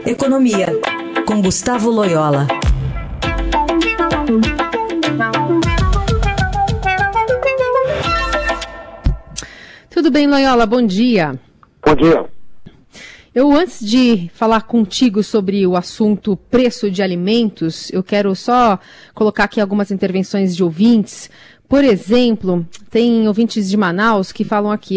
Economia, com Gustavo Loyola. Tudo bem, Loyola? Bom dia. Bom dia. Antes de falar contigo sobre o assunto preço de alimentos, eu quero só colocar aqui algumas intervenções de ouvintes. Por exemplo, tem ouvintes de Manaus que falam aqui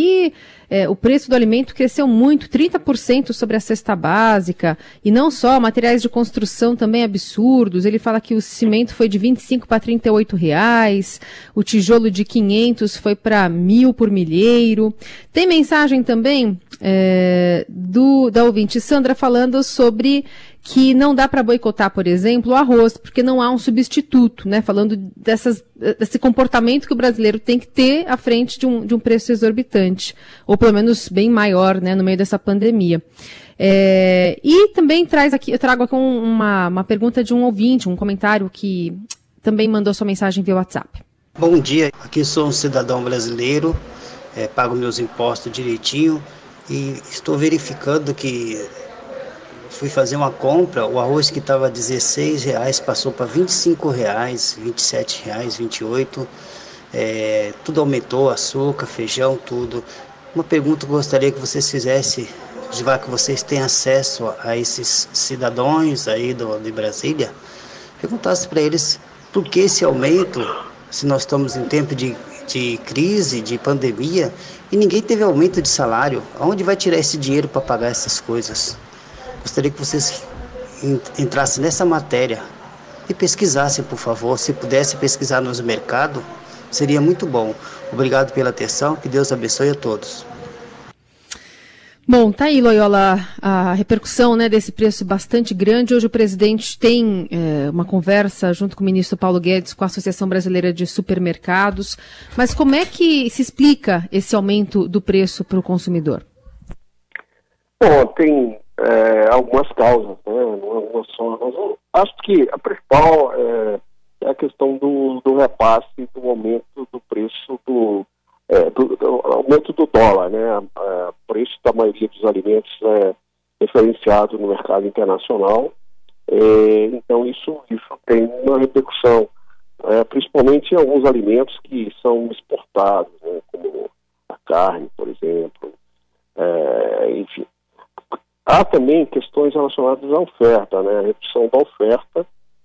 o preço do alimento cresceu muito, 30% sobre a cesta básica, e não só, materiais de construção também absurdos. Ele fala que o cimento foi de 25 para 38 reais, o tijolo de 500 foi para 1.000 por milheiro. Tem mensagem também da ouvinte Sandra falando sobre que não dá para boicotar, por exemplo, o arroz, porque não há um substituto, né? Falando desse comportamento que o brasileiro tem que ter à frente de um preço exorbitante, ou pelo menos bem maior, né, no meio dessa pandemia. E também eu trago aqui uma pergunta de um ouvinte, um comentário que também mandou sua mensagem via WhatsApp. Bom dia, aqui sou um cidadão brasileiro, pago meus impostos direitinho e estou verificando que fui fazer uma compra, o arroz que estava R$16 passou para R$25, R$27, R$28, tudo aumentou, açúcar, feijão, tudo. Uma pergunta que eu gostaria que vocês fizessem, já que vocês têm acesso a esses cidadãos aí de Brasília, perguntasse para eles por que esse aumento, se nós estamos em tempo de crise, de pandemia, e ninguém teve aumento de salário. Aonde vai tirar esse dinheiro para pagar essas coisas? Gostaria que vocês entrassem nessa matéria e pesquisassem, por favor. Se pudesse pesquisar nos mercados, seria muito bom. Obrigado pela atenção, que Deus abençoe a todos. Bom, tá aí, Loyola, a repercussão, né, desse preço bastante grande. Hoje o presidente tem uma conversa junto com o ministro Paulo Guedes com a Associação Brasileira de Supermercados. Mas como é que se explica esse aumento do preço para o consumidor? Bom, tem algumas causas, né? Não é uma só. Mas eu acho que a principal é a questão do repasse do aumento do preço do aumento do dólar, né? O preço da maioria dos alimentos é referenciado no mercado internacional, então isso tem uma repercussão, principalmente em alguns alimentos que são exportados, né? Como a carne, por exemplo, enfim. Há também questões relacionadas à oferta, né? A redução da oferta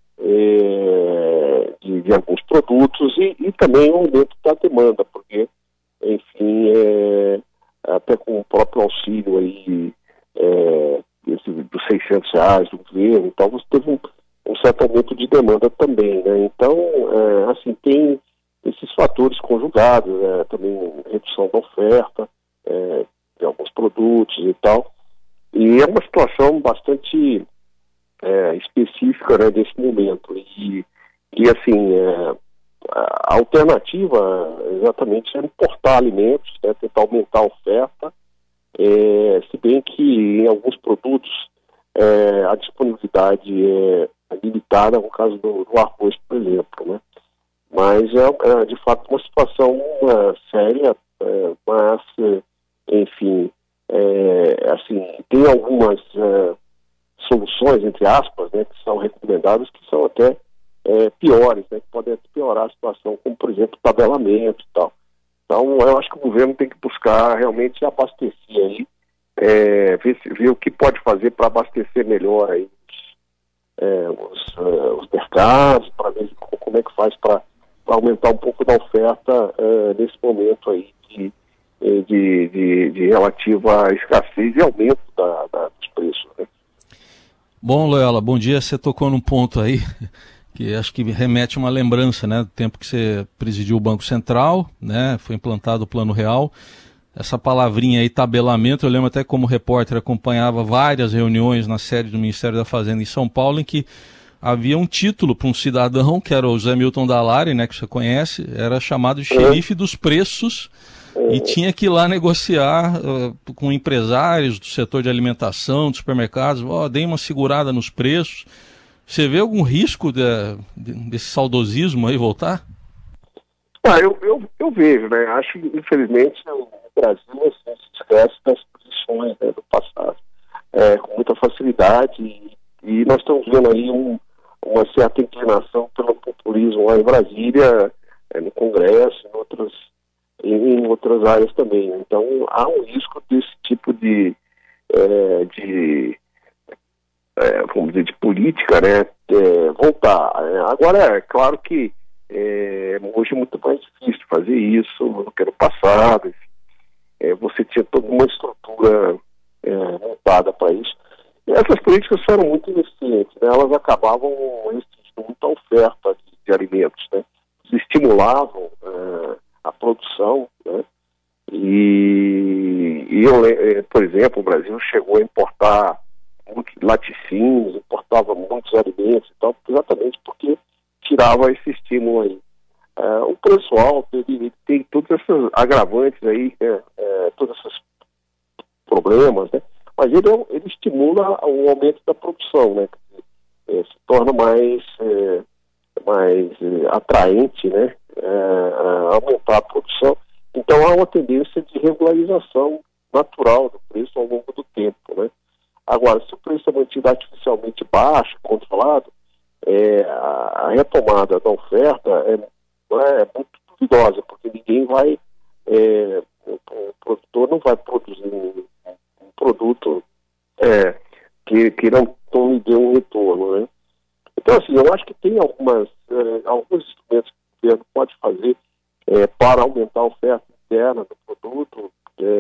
de alguns produtos e também o aumento da demanda, porque, enfim, até com o próprio auxílio aí, dos R$600 do governo e tal, você teve um certo aumento de demanda também, né? Então, assim, tem esses fatores conjugados, também redução da oferta de alguns produtos e tal. E é uma situação bastante específica, né, desse momento. E assim, a alternativa exatamente é importar alimentos, né, tentar aumentar a oferta, se bem que em alguns produtos a disponibilidade é limitada, no caso do arroz, por exemplo, né? Mas é de fato uma situação séria, mas, enfim, assim, tem algumas soluções, entre aspas, né, que são recomendadas, que são até piores, né, que podem piorar a situação, como, por exemplo, tabelamento e tal. Então, eu acho que o governo tem que buscar realmente abastecer aí, ver o que pode fazer para abastecer melhor aí os mercados, para ver como é que faz para aumentar um pouco da oferta nesse momento aí de relativa escassez e aumento dos preços, né? Bom, Loyola, bom dia. Você tocou num ponto aí que acho que remete a uma lembrança, né, do tempo que você presidiu o Banco Central, né, foi implantado o Plano Real. Essa palavrinha aí, tabelamento, eu lembro até como repórter acompanhava várias reuniões na sede do Ministério da Fazenda em São Paulo, em que havia um título para um cidadão, que era o Zé Milton Dallari, né, que você conhece, era chamado de xerife dos preços, e tinha que ir lá negociar com empresários do setor de alimentação, de supermercados, deem uma segurada nos preços. Você vê algum risco desse saudosismo aí voltar? Eu vejo, né? Acho que, infelizmente, o Brasil se esquece das posições, né, do passado. Com muita muita facilidade e nós estamos vendo aí uma certa inclinação pelo populismo lá em Brasília, no Congresso, em outras áreas também. Então há um risco desse tipo de vamos dizer, de política, né, voltar. Agora, é claro que hoje é muito mais difícil fazer isso do que no passado. Enfim, você tinha toda uma estrutura montada para isso. E essas políticas foram muito ineficientes, né? Elas acabavam restringindo muito a oferta de alimentos, né? Eles estimulavam a produção, né? Por exemplo, o Brasil chegou a importar muitos laticínios, importava muitos alimentos e tal, exatamente porque tirava esse estímulo aí. O preço alto, ele tem todos esses agravantes aí, todos esses problemas, né? Mas ele estimula o aumento da produção, né? Se torna mais atraente, né? Aumentar a produção. Então há uma tendência de regularização natural do preço ao longo do tempo, né? Agora, se o preço é mantido artificialmente baixo, controlado, a retomada da oferta é muito duvidosa, porque ninguém vai, o produtor não vai produzir um produto que não lhe dê um retorno, né? Então, assim, eu acho que tem alguns instrumentos que o governo pode fazer para aumentar a oferta interna do produto,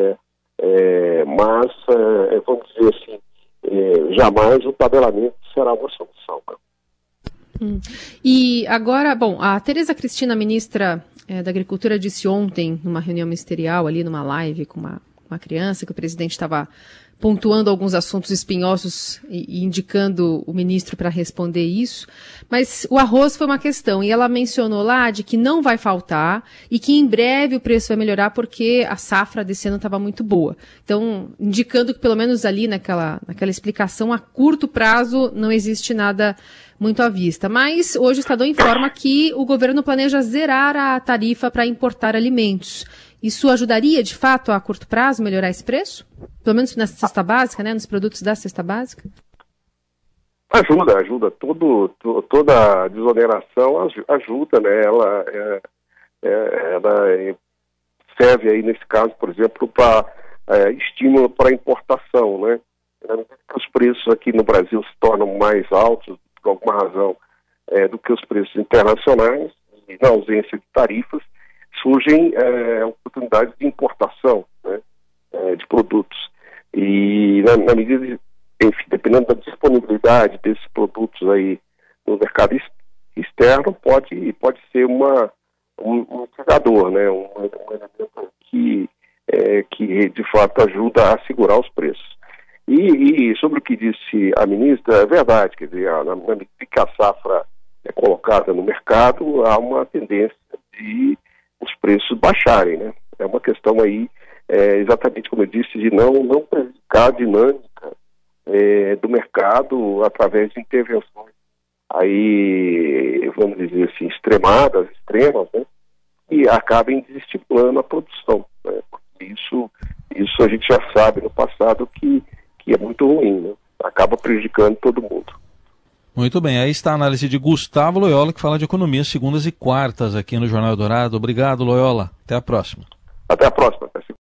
mas, vamos dizer assim, jamais o tabelamento será uma solução. Né? E agora, bom, a Tereza Cristina, ministra da Agricultura, disse ontem, numa reunião ministerial, ali numa live com uma criança, que o presidente estava pontuando alguns assuntos espinhosos e indicando o ministro para responder isso, mas o arroz foi uma questão, e ela mencionou lá de que não vai faltar e que em breve o preço vai melhorar porque a safra desse ano estava muito boa. Então, indicando que pelo menos ali naquela explicação, a curto prazo não existe nada muito à vista. Mas hoje o Estadão informa que o governo planeja zerar a tarifa para importar alimentos. Isso ajudaria, de fato, a curto prazo, melhorar esse preço? Pelo menos na cesta básica, né? Nos produtos da cesta básica? Ajuda. Toda a desoneração ajuda, né? Ela serve aí, nesse caso, por exemplo, para estímulo para importação, né? Os preços aqui no Brasil se tornam mais altos, por alguma razão, do que os preços internacionais, e na ausência de tarifas, surgem oportunidades de importação, né, de produtos. E na medida, enfim, dependendo da disponibilidade desses produtos aí no mercado externo, pode ser um indicador, né, um elemento que de fato ajuda a segurar os preços. E sobre o que disse a ministra, é verdade, quer dizer, na medida que a safra é colocada no mercado, há uma tendência de os preços baixarem, né? É uma questão aí, exatamente como eu disse, de não prejudicar a dinâmica do mercado através de intervenções aí, vamos dizer assim, extremas, né? E acabem desestimulando a produção, né? Porque isso a gente já sabe no passado que é muito ruim, né? Acaba prejudicando todo mundo. Muito bem, aí está a análise de Gustavo Loyola, que fala de economia segundas e quartas aqui no Jornal Eldorado. Obrigado, Loyola. Até a próxima. Até a próxima.